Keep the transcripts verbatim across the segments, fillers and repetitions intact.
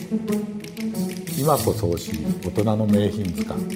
今こそ欲しい大人の名品図鑑。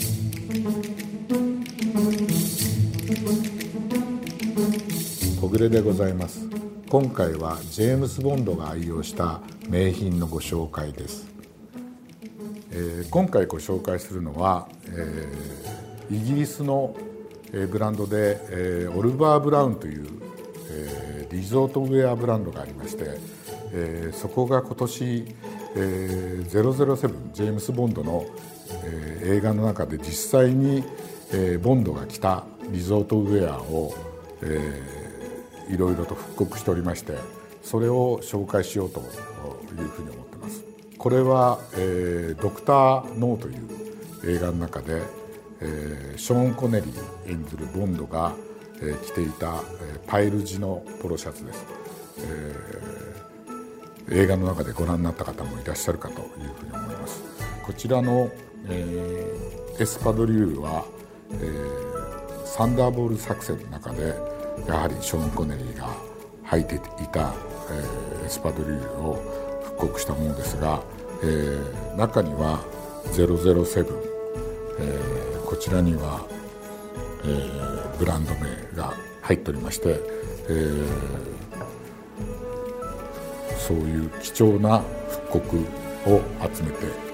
小暮でございます。今回はジェームス・ボンドが愛用した名品のご紹介です。えー、今回ご紹介するのは、えー、イギリスのブランドで、えー、オルバー・ブラウンという、えー、リゾートウェアブランドがありまして、えー、そこが今年、えー、ゼロゼロセブンジェームス・ボンドの、えー、映画の中で実際に、えー、ボンドが着たリゾートウェアを、えー、いろいろと復刻しておりまして、それを紹介しようというふうに思っています。これは、えー、ドクター・ノーという映画の中で、えー、ショーン・コネリー演ずるボンドが、えー、着ていた、えー、パイル地のポロシャツです。えー、映画の中でご覧になった方もいらっしゃるかというふうに思います。こちらの、えー、エスパドリュールは、えー、サンダーボール作戦の中でやはりショーン・コネリーが履いていた、えー、エスパドリュールを復刻したものですが、えー、中にはゼロゼロセブン、えー、こちらには、えー、ブランド名が入っておりまして、えー、そういう貴重な復刻を集めて